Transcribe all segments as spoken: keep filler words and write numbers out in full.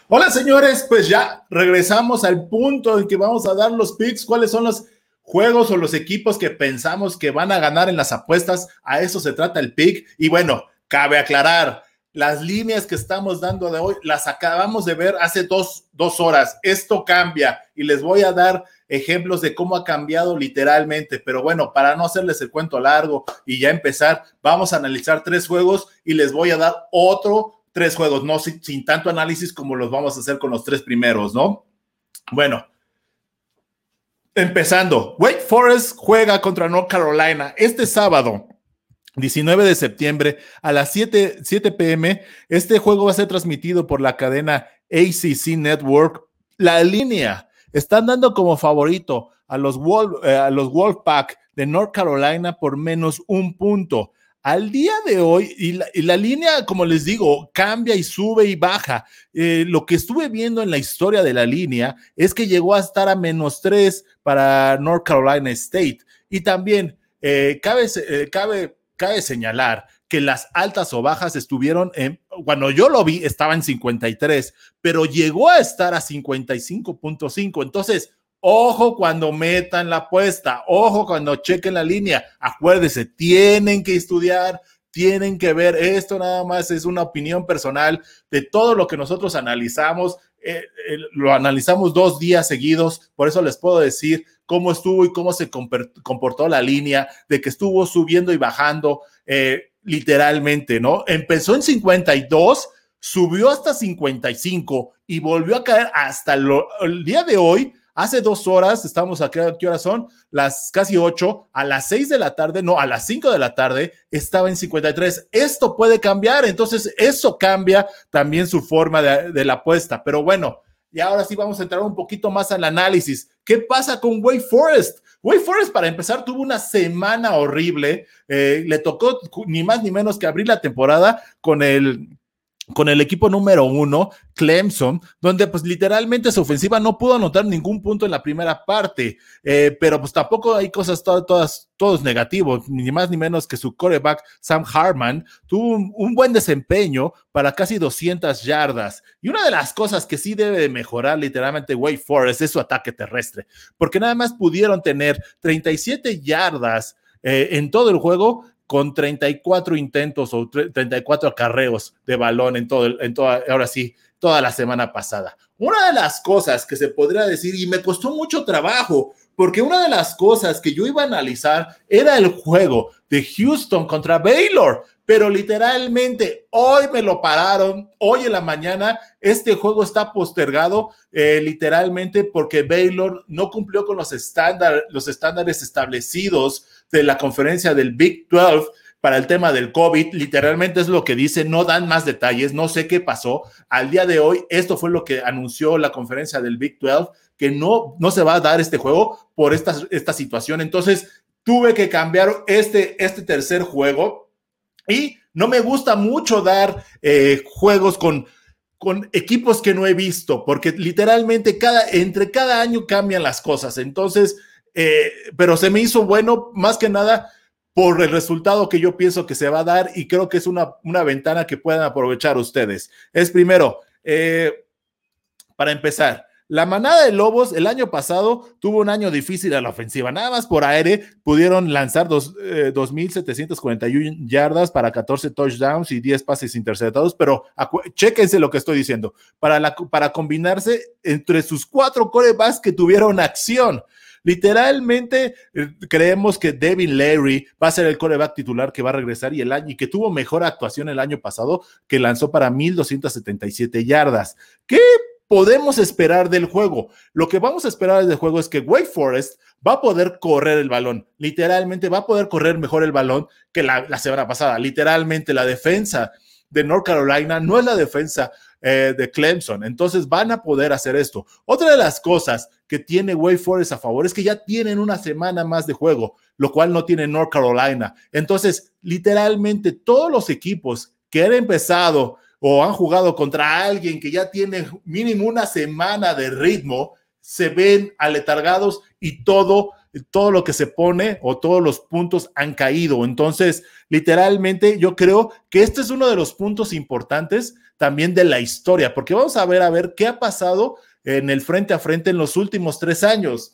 Hola señores, pues ya regresamos al punto en que vamos a dar los picks, cuáles son los juegos o los equipos que pensamos que van a ganar en las apuestas. A eso se trata el pick. Y bueno, cabe aclarar, las líneas que estamos dando de hoy las acabamos de ver hace dos, dos horas. Esto cambia y les voy a dar ejemplos de cómo ha cambiado literalmente. Pero bueno, para no hacerles el cuento largo y ya empezar, vamos a analizar tres juegos y les voy a dar otro tres juegos, no sin, sin tanto análisis como los vamos a hacer con los tres primeros, ¿no? Bueno, empezando, Wake Forest juega contra North Carolina este sábado, diecinueve de septiembre a las siete p m Este juego va a ser transmitido por la cadena A C C Network. La línea están dando como favorito a los, Wolf, eh, a los Wolfpack de North Carolina por menos un punto. Al día de hoy, y la, y la línea, como les digo, cambia y sube y baja. Eh, lo que estuve viendo en la historia de la línea es que llegó a estar a menos tres para North Carolina State. Y también eh, cabe, eh, cabe, cabe señalar que las altas o bajas estuvieron en, cuando yo lo vi, estaba en cincuenta y tres, pero llegó a estar a cincuenta y cinco punto cinco. Entonces, ojo cuando metan la apuesta, ojo cuando chequen la línea. Acuérdense, tienen que estudiar, tienen que ver. Esto nada más es una opinión personal de todo lo que nosotros analizamos. Eh, eh, lo analizamos dos días seguidos, por eso les puedo decir cómo estuvo y cómo se comportó la línea, de que estuvo subiendo y bajando eh, literalmente, ¿no? Empezó en cincuenta y dos, subió hasta cincuenta y cinco y volvió a caer hasta lo, el día de hoy. Hace dos horas, estamos aquí, ¿qué horas son? Las casi ocho, a las seis de la tarde, no, a las cinco de la tarde, estaba en cincuenta y tres. Esto puede cambiar, entonces eso cambia también su forma de, de la apuesta. Pero bueno, y ahora sí vamos a entrar un poquito más al análisis. ¿Qué pasa con Wake Forest? Wake Forest, para empezar, tuvo una semana horrible. Eh, le tocó ni más ni menos que abrir la temporada con el... con el equipo número uno, Clemson, donde pues literalmente su ofensiva no pudo anotar ningún punto en la primera parte, eh, pero pues tampoco hay cosas todas, todas, todos negativos, ni más ni menos que su quarterback Sam Hartman tuvo un, un buen desempeño para casi doscientas yardas, y una de las cosas que sí debe de mejorar literalmente Wake Forest es su ataque terrestre, porque nada más pudieron tener treinta y siete yardas eh, en todo el juego, con treinta y cuatro intentos o treinta y cuatro acarreos de balón en todo, en toda, ahora sí, toda la semana pasada. Una de las cosas que se podría decir, y me costó mucho trabajo, porque una de las cosas que yo iba a analizar era el juego de Houston contra Baylor, pero literalmente hoy me lo pararon, hoy en la mañana este juego está postergado eh, literalmente porque Baylor no cumplió con los, estándar, los estándares establecidos de la conferencia del Big doce para el tema del COVID. Literalmente es lo que dice, no dan más detalles, no sé qué pasó. Al día de hoy, esto fue lo que anunció la conferencia del Big doce, que no, no se va a dar este juego por esta, esta situación. Entonces, tuve que cambiar este, este tercer juego y no me gusta mucho dar eh, juegos con, con equipos que no he visto, porque literalmente cada, entre cada año cambian las cosas. Entonces, eh, pero se me hizo bueno más que nada por el resultado que yo pienso que se va a dar y creo que es una, una ventana que puedan aprovechar ustedes. Es primero, eh, para empezar, la manada de Lobos el año pasado tuvo un año difícil a la ofensiva. Nada más por aire pudieron lanzar dos, eh, dos mil setecientas cuarenta y uno yardas para catorce touchdowns y diez pases interceptados, pero chéquense lo que estoy diciendo. Para, la, para combinarse entre sus cuatro quarterbacks que tuvieron acción. Literalmente eh, creemos que Devin Leary va a ser el quarterback titular que va a regresar y el año y que tuvo mejor actuación el año pasado, que lanzó para mil doscientas setenta y siete yardas. ¿Qué podemos esperar del juego? Lo que vamos a esperar del juego es que Wake Forest va a poder correr el balón, literalmente va a poder correr mejor el balón que la, la semana pasada. Literalmente la defensa de North Carolina no es la defensa eh, de Clemson, entonces van a poder hacer esto. Otra de las cosas que tiene Wake Forest a favor es que ya tienen una semana más de juego, lo cual no tiene North Carolina. Entonces, literalmente todos los equipos que han empezado o han jugado contra alguien que ya tiene mínimo una semana de ritmo, se ven aletargados y todo todo lo que se pone o todos los puntos han caído. Entonces, literalmente, yo creo que este es uno de los puntos importantes también de la historia, porque vamos a ver a ver qué ha pasado en el frente a frente en los últimos tres años.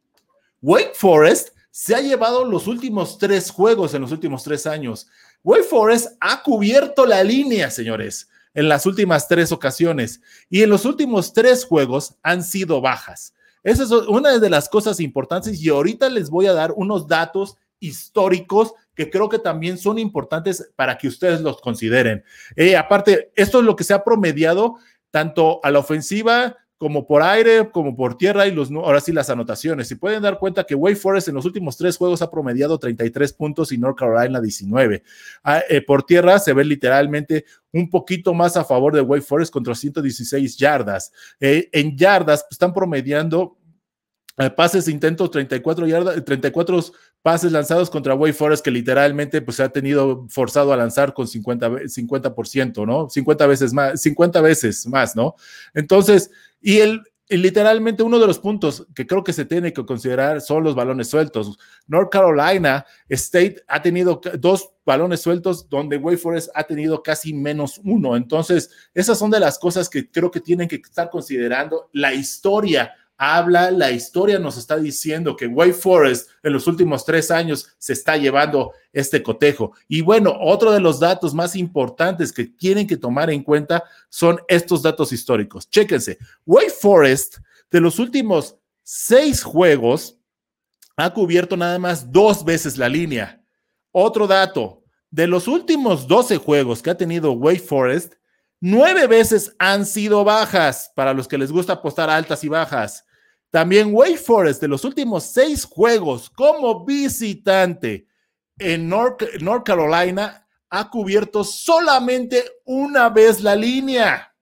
Wake Forest se ha llevado los últimos tres juegos en los últimos tres años. Wake Forest ha cubierto la línea, señores, en las últimas tres ocasiones, y en los últimos tres juegos han sido bajas. Esa es una de las cosas importantes, y ahorita les voy a dar unos datos históricos que creo que también son importantes para que ustedes los consideren. Eh, aparte, esto es lo que se ha promediado tanto a la ofensiva como por aire, como por tierra, y los, ahora sí las anotaciones. Si pueden dar cuenta que Wake Forest en los últimos tres juegos ha promediado treinta y tres puntos y North Carolina diecinueve. Ah, eh, por tierra se ve literalmente un poquito más a favor de Wake Forest contra ciento dieciséis yardas. Eh, en yardas pues, están promediando eh, pases, intentos, treinta y cuatro yardas, treinta y cuatro pases lanzados contra Wake Forest, que literalmente pues, se ha tenido forzado a lanzar con cincuenta, cincuenta por ciento, ¿no? cincuenta veces más, cincuenta veces más, ¿no? Entonces, y el, y literalmente uno de los puntos que creo que se tiene que considerar son los balones sueltos. North Carolina State ha tenido dos balones sueltos donde Wake Forest ha tenido casi menos uno. Entonces, esas son de las cosas que creo que tienen que estar considerando. La historia habla, la historia nos está diciendo que Wake Forest en los últimos tres años se está llevando este cotejo. Y bueno, otro de los datos más importantes que tienen que tomar en cuenta son estos datos históricos. Chéquense, Wake Forest de los últimos seis juegos ha cubierto nada más dos veces la línea. Otro dato, de los últimos doce juegos que ha tenido Wake Forest, nueve veces han sido bajas, para los que les gusta apostar altas y bajas. También Wake Forest, de los últimos seis juegos como visitante en North, North Carolina, ha cubierto solamente una vez la línea.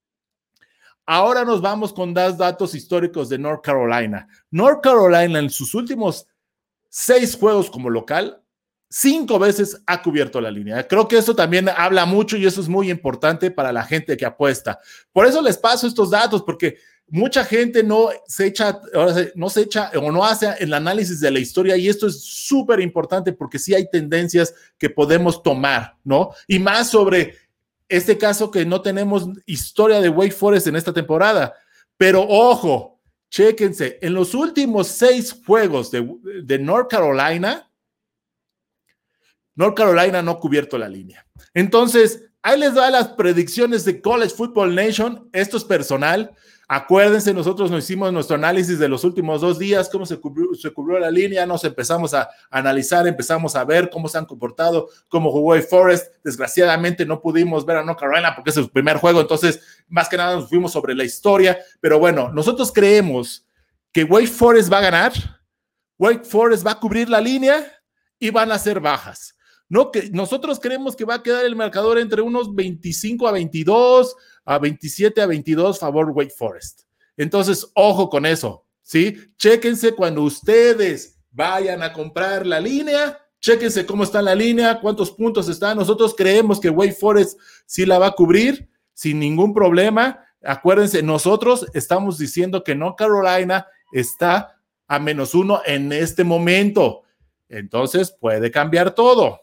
Ahora nos vamos con dos datos históricos de North Carolina. North Carolina en sus últimos seis juegos como local, cinco veces ha cubierto la línea. Creo que eso también habla mucho y eso es muy importante para la gente que apuesta. Por eso les paso estos datos, porque mucha gente no se echa, no se echa o no hace el análisis de la historia, y esto es súper importante porque sí hay tendencias que podemos tomar, ¿no? Y más sobre este caso que no tenemos historia de Wake Forest en esta temporada. Pero ojo, chéquense, en los últimos seis juegos de, de North Carolina, North Carolina no ha cubierto la línea. Entonces, ahí les da las predicciones de College Football Nation. Esto es personal. Acuérdense, nosotros nos hicimos nuestro análisis de los últimos dos días, cómo se cubrió, se cubrió la línea, nos empezamos a analizar, empezamos a ver cómo se han comportado, cómo jugó Wake Forest. Desgraciadamente no pudimos ver a North Carolina porque es el primer juego, entonces más que nada nos fuimos sobre la historia. Pero bueno, nosotros creemos que Wake Forest va a ganar, Wake Forest va a cubrir la línea y van a ser bajas. No, que nosotros creemos que va a quedar el marcador entre unos veinticinco a veintidós, a veintisiete a veintidós, favor Wake Forest. Entonces, ojo con eso, ¿sí? Chéquense cuando ustedes vayan a comprar la línea, chéquense cómo está la línea, cuántos puntos están. Nosotros creemos que Wake Forest sí la va a cubrir sin ningún problema. Acuérdense, nosotros estamos diciendo que North Carolina está a menos uno en este momento. Entonces, puede cambiar todo.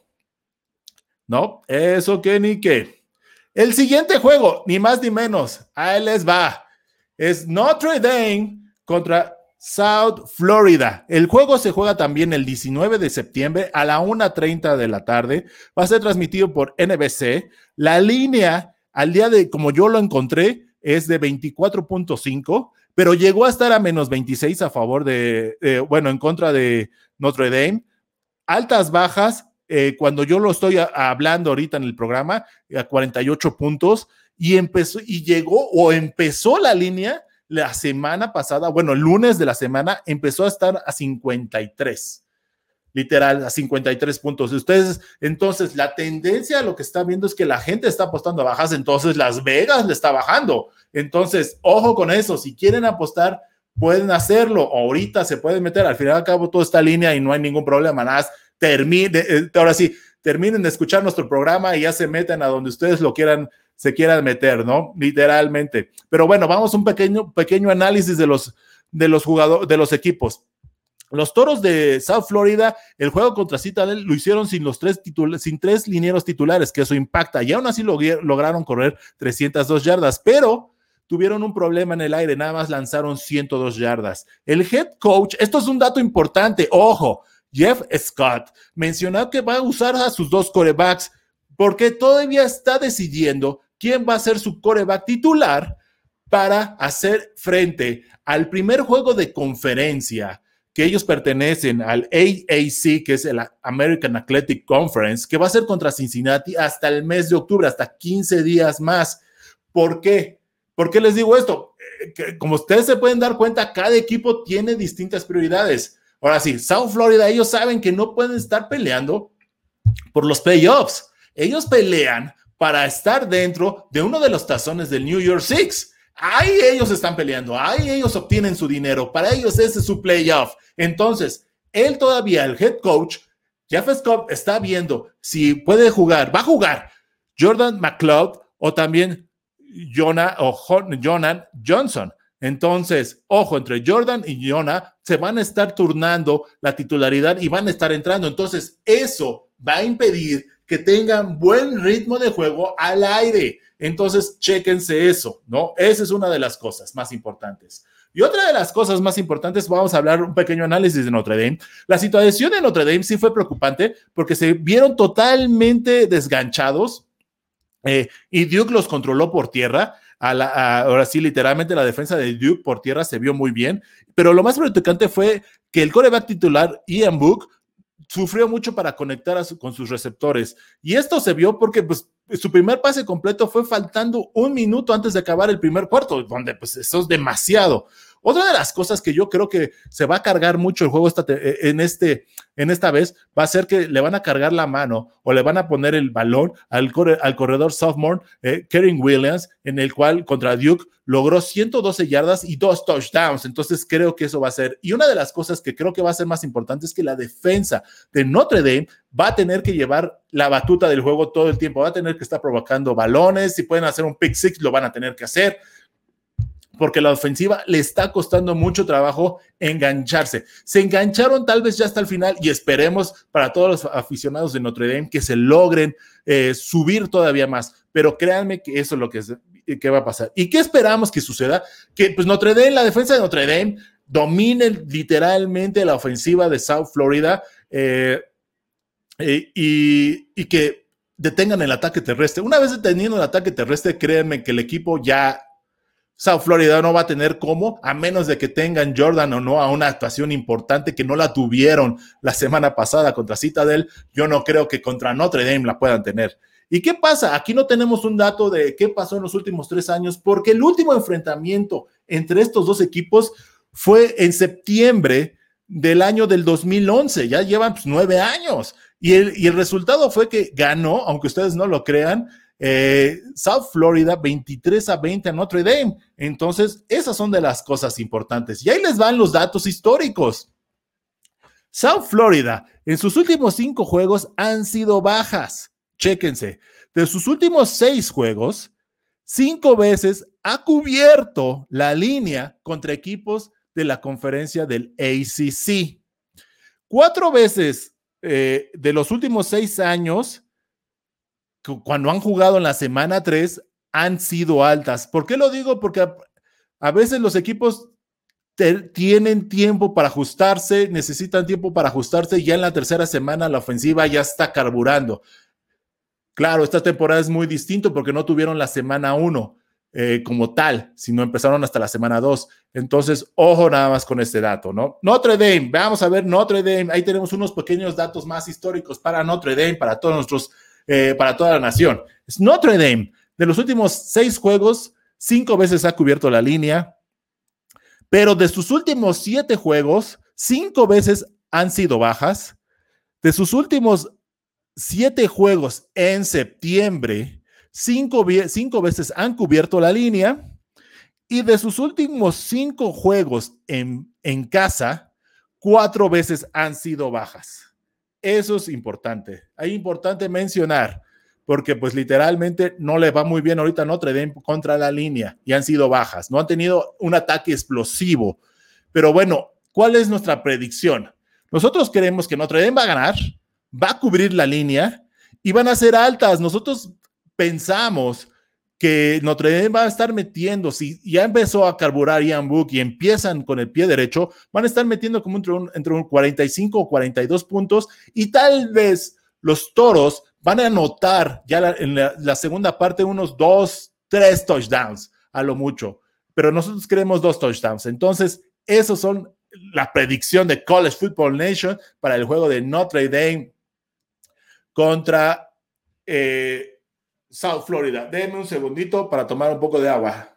No, eso que ni qué. El siguiente juego, ni más ni menos, ahí les va. Es Notre Dame contra South Florida. El juego se juega también el diecinueve de septiembre a la una treinta de la tarde. Va a ser transmitido por N B C. La línea, al día de, como yo lo encontré, es de veinticuatro punto cinco, pero llegó a estar a menos veintiséis a favor de, eh, bueno, en contra de Notre Dame. Altas, bajas. Eh, cuando yo lo estoy a, a hablando ahorita en el programa, a cuarenta y ocho puntos, y empezó, y llegó, o empezó la línea la semana pasada, bueno, el lunes de la semana, empezó a estar a cincuenta y tres, literal, a cincuenta y tres puntos. Ustedes, entonces, la tendencia a lo que está viendo es que la gente está apostando a bajas, entonces Las Vegas le está bajando. Entonces, ojo con eso, si quieren apostar, pueden hacerlo, ahorita se pueden meter, al final y al cabo todo está en línea y no hay ningún problema, nada más. Termine, ahora sí, terminen de escuchar nuestro programa y ya se meten a donde ustedes lo quieran, se quieran meter, ¿no? Literalmente. Pero bueno, vamos a un pequeño, pequeño análisis de los, de los jugadores, de los equipos. Los Toros de South Florida, el juego contra Citadel lo hicieron sin los tres, titul- sin tres linieros titulares, que eso impacta, y aún así log- lograron correr trescientas dos yardas, pero tuvieron un problema en el aire, nada más lanzaron ciento dos yardas. El head coach, esto es un dato importante, ojo, Jeff Scott mencionó que va a usar a sus dos quarterbacks porque todavía está decidiendo quién va a ser su quarterback titular para hacer frente al primer juego de conferencia, que ellos pertenecen al A A C, que es el American Athletic Conference, que va a ser contra Cincinnati hasta el mes de octubre, hasta quince días más. ¿Por qué? ¿Por qué les digo esto? Eh, que, como ustedes se pueden dar cuenta, cada equipo tiene distintas prioridades. Ahora sí, South Florida, ellos saben que no pueden estar peleando por los playoffs. Ellos pelean para estar dentro de uno de los tazones del New Year's Six. Ahí ellos están peleando, ahí ellos obtienen su dinero, para ellos ese es su playoff. Entonces, él todavía, el head coach, Jeff Scott, está viendo si puede jugar, va a jugar Jordan McLeod o también Jonah o Jonan Johnson. Entonces, ojo, entre Jordan y Jonah se van a estar turnando la titularidad y van a estar entrando. Entonces, eso va a impedir que tengan buen ritmo de juego al aire. Entonces, chéquense eso, ¿no? Esa es una de las cosas más importantes. Y otra de las cosas más importantes, vamos a hablar un pequeño análisis de Notre Dame. La situación de Notre Dame sí fue preocupante porque se vieron totalmente desganchados eh, y Duke los controló por tierra. A la, a, ahora sí, literalmente la defensa de Duke por tierra se vio muy bien, pero lo más preocupante fue que el quarterback titular, Ian Book, sufrió mucho para conectar a su, con sus receptores. Y esto se vio porque pues, su primer pase completo fue faltando un minuto antes de acabar el primer cuarto, donde pues eso es demasiado. Otra de las cosas que yo creo que se va a cargar mucho el juego esta, en, este, en esta vez va a ser que le van a cargar la mano o le van a poner el balón al, corre, al corredor sophomore, eh, Karen Williams, en el cual contra Duke logró ciento doce yardas y dos touchdowns. Entonces creo que eso va a ser. Y una de las cosas que creo que va a ser más importante es que la defensa de Notre Dame va a tener que llevar la batuta del juego todo el tiempo. Va a tener que estar provocando balones. Si pueden hacer un pick six, lo van a tener que hacer, porque la ofensiva le está costando mucho trabajo engancharse. Se engancharon tal vez ya hasta el final y esperemos para todos los aficionados de Notre Dame que se logren eh, subir todavía más, pero créanme que eso es lo que, es, que va a pasar. ¿Y qué esperamos que suceda? Que pues Notre Dame, la defensa de Notre Dame domine literalmente la ofensiva de South Florida eh, eh, y, y que detengan el ataque terrestre. Una vez deteniendo el ataque terrestre, créanme que el equipo ya South Florida no va a tener cómo, a menos de que tengan Jordan o no a una actuación importante que no la tuvieron la semana pasada contra Citadel. Yo no creo que contra Notre Dame la puedan tener. ¿Y qué pasa? Aquí no tenemos un dato de qué pasó en los últimos tres años, porque el último enfrentamiento entre estos dos equipos fue en septiembre del año del dos mil once. Ya llevan pues, nueve años. Y el, y el resultado fue que ganó, aunque ustedes no lo crean, Eh, South Florida veintitrés a veinte a Notre Dame. Entonces, esas son de las cosas importantes. Y ahí les van los datos históricos. South Florida, en sus últimos cinco juegos han sido bajas. Chéquense. De sus últimos seis juegos, cinco veces ha cubierto la línea contra equipos de la conferencia del A C C. Cuatro veces eh, de los últimos seis años, cuando han jugado en la semana tres, han sido altas. ¿Por qué lo digo? Porque a, a veces los equipos te, tienen tiempo para ajustarse, necesitan tiempo para ajustarse, y ya en la tercera semana la ofensiva ya está carburando. Claro, esta temporada es muy distinto porque no tuvieron la semana uno eh, como tal, sino empezaron hasta la semana dos. Entonces, ojo nada más con este dato, ¿no? Notre Dame, vamos a ver Notre Dame. Ahí tenemos unos pequeños datos más históricos para Notre Dame, para todos nuestros Eh, para toda la nación. Es Notre Dame, de los últimos seis juegos, cinco veces ha cubierto la línea, pero de sus últimos siete juegos, cinco veces han sido bajas. De sus últimos siete juegos en septiembre, cinco, cinco veces han cubierto la línea, y de sus últimos cinco juegos en, en casa, cuatro veces han sido bajas. Eso es importante. Es importante mencionar, porque pues literalmente no le va muy bien ahorita a Notre Dame contra la línea y han sido bajas. No han tenido un ataque explosivo. Pero bueno, ¿cuál es nuestra predicción? Nosotros creemos que Notre Dame va a ganar, va a cubrir la línea y van a ser altas. Nosotros pensamos que Notre Dame va a estar metiendo, si ya empezó a carburar Ian Book y empiezan con el pie derecho, van a estar metiendo como entre un, entre un cuarenta y cinco o cuarenta y dos puntos y tal vez los Toros van a anotar ya la, en la, la segunda parte unos dos, tres touchdowns a lo mucho, pero nosotros queremos dos touchdowns. Entonces, esos son la predicción de College Football Nation para el juego de Notre Dame contra eh, South Florida. Denme un segundito para tomar un poco de agua.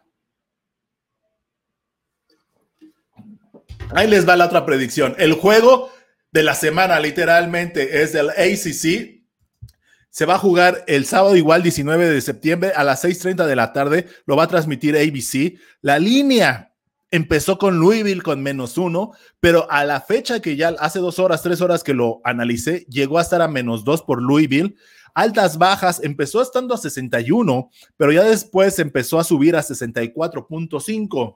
Ahí les va la otra predicción. El juego de la semana literalmente es del A C C. Se va a jugar el sábado igual diecinueve de septiembre a las seis treinta de la tarde. Lo va a transmitir A B C. La línea empezó con Louisville con menos uno, pero a la fecha que ya hace dos horas, tres horas que lo analicé, llegó a estar a menos dos por Louisville. Altas, bajas, empezó estando a sesenta y uno, pero ya después empezó a subir a sesenta y cuatro punto cinco.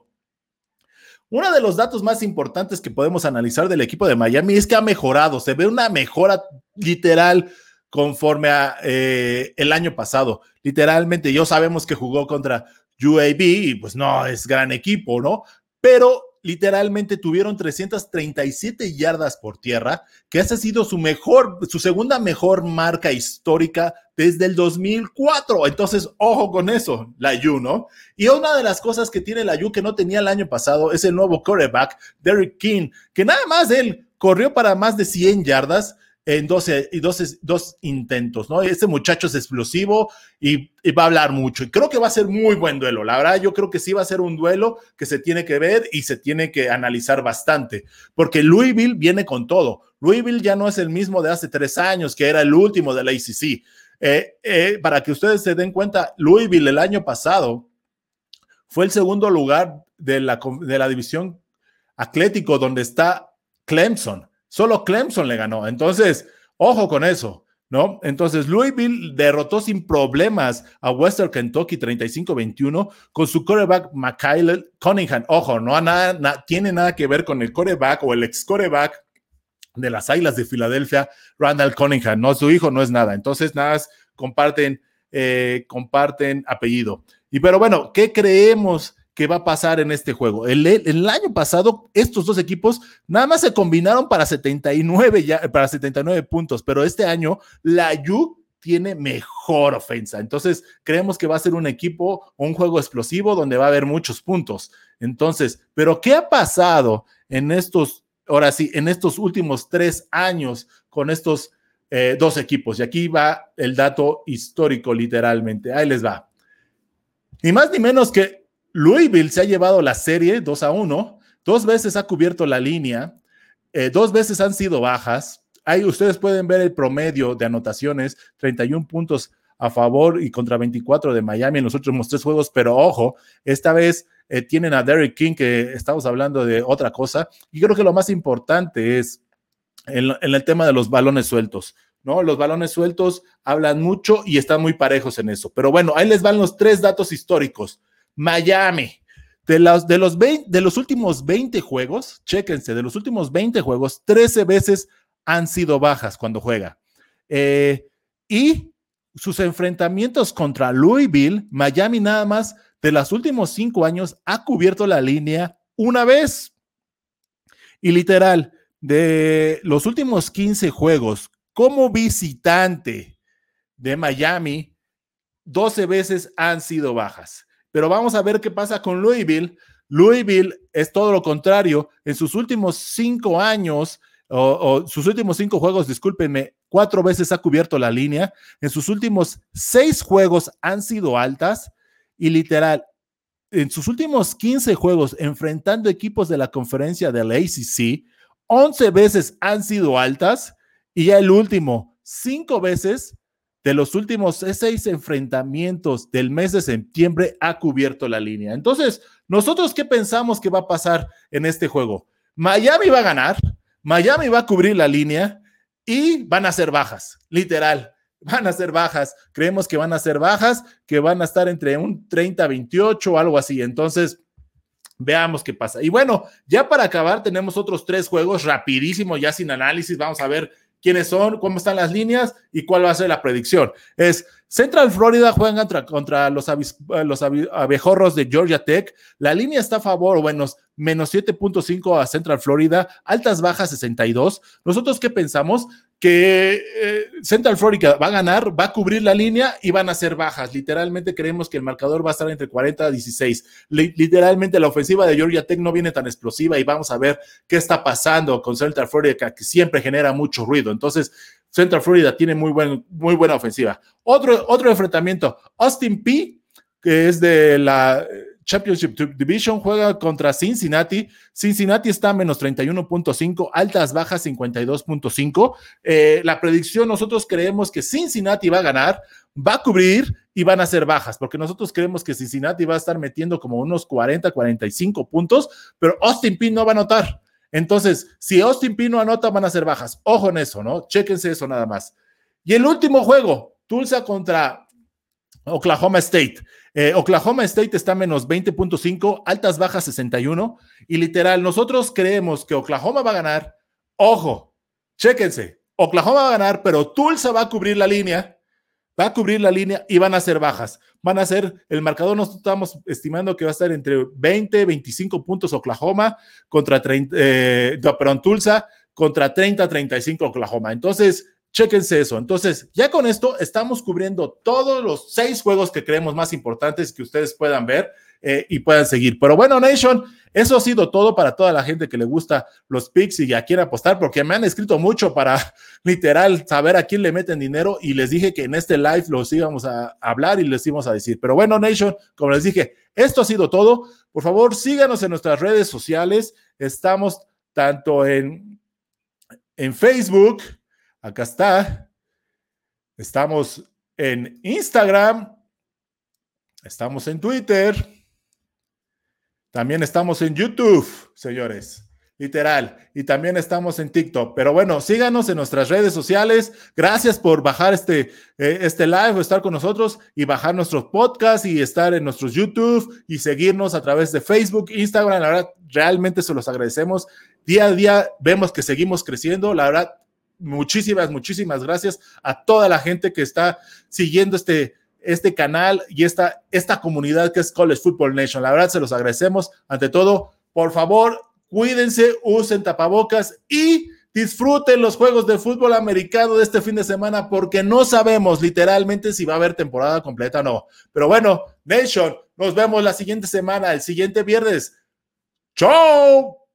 Uno de los datos más importantes que podemos analizar del equipo de Miami es que ha mejorado, se ve una mejora literal conforme a eh, el año pasado. Literalmente, yo sabemos que jugó contra U A B y pues no es gran equipo, ¿no? Pero literalmente tuvieron trescientas treinta y siete yardas por tierra, que esa ha sido su mejor, su segunda mejor marca histórica desde el dos mil cuatro. Entonces, ojo con eso, la U, ¿no? Y una de las cosas que tiene la U que no tenía el año pasado es el nuevo quarterback, Derek King, que nada más él corrió para más de cien yardas en doce, doce, dos intentos, ¿no? Este muchacho es explosivo y, y va a hablar mucho. Y creo que va a ser muy buen duelo. La verdad, yo creo que sí va a ser un duelo que se tiene que ver y se tiene que analizar bastante, porque Louisville viene con todo. Louisville ya no es el mismo de hace tres años, que era el último del A C C. Eh, eh, para que ustedes se den cuenta, Louisville el año pasado fue el segundo lugar de la, de la división Atlético, donde está Clemson. Solo Clemson le ganó. Entonces, ojo con eso, ¿no? Entonces, Louisville derrotó sin problemas a Western Kentucky treinta y cinco veintiuno con su quarterback Michael Cunningham. Ojo, no nada, na, tiene nada que ver con el quarterback o el ex quarterback de las Águilas de Filadelfia, Randall Cunningham. No, su hijo no es nada. Entonces, nada, comparten, eh, comparten apellido. Y pero bueno, ¿qué creemos que va a pasar en este juego? El, el año pasado, estos dos equipos nada más se combinaron para setenta y nueve, ya, para setenta y nueve puntos, pero este año la U tiene mejor ofensa. Entonces, creemos que va a ser un equipo, un juego explosivo donde va a haber muchos puntos. Entonces, ¿pero qué ha pasado en estos, ahora sí, en estos últimos tres años con estos eh, dos equipos? Y aquí va el dato histórico, literalmente. Ahí les va. Ni más ni menos que Louisville se ha llevado la serie dos a uno, dos veces ha cubierto la línea, eh, dos veces han sido bajas. Ahí ustedes pueden ver el promedio de anotaciones, treinta y uno puntos a favor y contra veinticuatro de Miami en los últimos tres juegos, pero ojo, esta vez eh, tienen a Derek King, que estamos hablando de otra cosa, y creo que lo más importante es en, en el tema de los balones sueltos, ¿no? Los balones sueltos hablan mucho y están muy parejos en eso, pero bueno, ahí les van los tres datos históricos. Miami, de los, de, los veinte, de los últimos veinte juegos, chéquense, de los últimos veinte juegos, trece veces han sido bajas cuando juega. Eh, y sus enfrentamientos contra Louisville, Miami nada más de los últimos cinco años ha cubierto la línea una vez. Y literal, de los últimos quince juegos como visitante de Miami, doce veces han sido bajas. Pero vamos a ver qué pasa con Louisville. Louisville es todo lo contrario. En sus últimos cinco años, o, o sus últimos cinco juegos, discúlpenme, cuatro veces ha cubierto la línea. En sus últimos seis juegos han sido altas. Y literal, en sus últimos quince juegos, enfrentando equipos de la conferencia del A C C, once veces han sido altas. Y ya el último, cinco veces de los últimos seis enfrentamientos del mes de septiembre ha cubierto la línea. Entonces, ¿nosotros qué pensamos que va a pasar en este juego? Miami va a ganar, Miami va a cubrir la línea y van a ser bajas, literal, van a ser bajas. Creemos que van a ser bajas, que van a estar entre un treinta a veintiocho o algo así. Entonces, Veamos qué pasa. Y bueno, ya para acabar tenemos otros tres juegos rapidísimo, ya sin análisis. Vamos a ver quiénes son, cómo están las líneas y cuál va a ser la predicción. Es Central Florida juegan contra, contra los, avis, los abejorros de Georgia Tech. La línea está a favor, bueno, menos siete punto cinco a Central Florida, altas bajas sesenta y dos. ¿Nosotros qué pensamos? Que eh, Central Florida va a ganar, va a cubrir la línea y van a ser bajas. Literalmente creemos que el marcador va a estar entre cuarenta a dieciséis. Literalmente la ofensiva de Georgia Tech no viene tan explosiva y vamos a ver qué está pasando con Central Florida, que siempre genera mucho ruido. Entonces, Central Florida tiene muy, buen, muy buena ofensiva. Otro, otro enfrentamiento, Austin Peay, que es de la Championship Division, juega contra Cincinnati. Cincinnati está a menos treinta y uno punto cinco, altas bajas cincuenta y dos punto cinco. Eh, la predicción, nosotros creemos que Cincinnati va a ganar, va a cubrir y van a ser bajas, porque nosotros creemos que Cincinnati va a estar metiendo como unos cuarenta, cuarenta y cinco puntos, pero Austin Peay no va a anotar. Entonces, si Austin Peay no anota, van a ser bajas. Ojo en eso, ¿no? Chéquense eso nada más. Y el último juego, Tulsa contra Oklahoma State. Eh, Oklahoma State está menos veinte punto cinco, altas bajas sesenta y uno, y literal, nosotros creemos que Oklahoma va a ganar. Ojo, chéquense, Oklahoma va a ganar, pero Tulsa va a cubrir la línea, va a cubrir la línea y van a ser bajas. Van a ser, el marcador nos estamos estimando que va a estar entre veinte, veinticinco puntos Oklahoma contra treinta, eh, no, perdón, Tulsa contra treinta, treinta y cinco Oklahoma. Entonces, chéquense eso. Entonces, ya con esto estamos cubriendo todos los seis juegos que creemos más importantes que ustedes puedan ver eh, y puedan seguir. Pero bueno, Nation, eso ha sido todo para toda la gente que le gusta los picks y a quién apostar, porque me han escrito mucho para literal saber a quién le meten dinero y les dije que en este live los íbamos a hablar y les íbamos a decir. Pero bueno, Nation, como les dije, esto ha sido todo. Por favor, síganos en nuestras redes sociales. Estamos tanto en, en Facebook. Acá está. Estamos en Instagram. Estamos en Twitter. También estamos en YouTube, señores. Literal. Y también estamos en TikTok. Pero bueno, síganos en nuestras redes sociales. Gracias por bajar este, eh, este live o estar con nosotros y bajar nuestros podcasts y estar en nuestros YouTube y seguirnos a través de Facebook, Instagram. La verdad, realmente se los agradecemos. Día a día vemos que seguimos creciendo. La verdad, muchísimas, muchísimas gracias a toda la gente que está siguiendo este, este canal y esta, esta comunidad que es College Football Nation. La verdad, se los agradecemos. Ante todo, por favor, cuídense, usen tapabocas y disfruten los juegos de fútbol americano de este fin de semana, porque no sabemos literalmente si va a haber temporada completa o no. Pero bueno, Nation, nos vemos la siguiente semana, el siguiente viernes. ¡Chao!